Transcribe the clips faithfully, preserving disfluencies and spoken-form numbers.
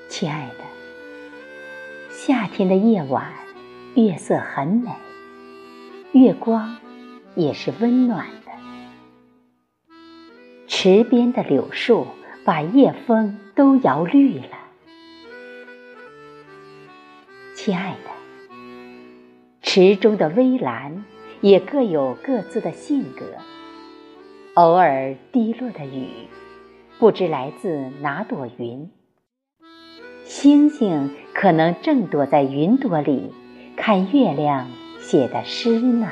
亲爱的，夏天的夜晚，月色很美，月光也是温暖的。池边的柳树把夜风都摇绿了。亲爱的，池中的微澜也各有各自的性格，偶尔滴落的雨，不知来自哪朵云。星星可能正躲在云朵里，看月亮写的诗呢。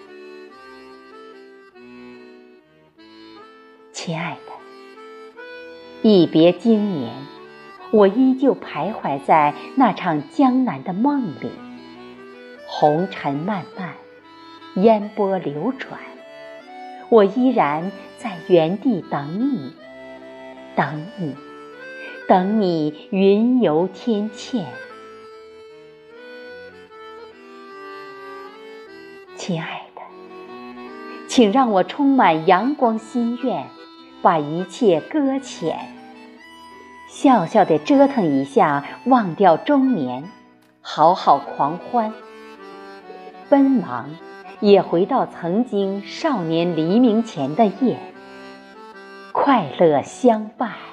亲爱的，一别经年，我依旧徘徊在那场江南的梦里。红尘漫漫，烟波流转，我依然在原地等你，等你，等你云游天堑。亲爱的，请让我充满阳光心愿，把一切搁浅，笑笑地折腾一下，忘掉中年，好好狂欢，奔忙也回到曾经少年黎明前的夜，快乐相伴。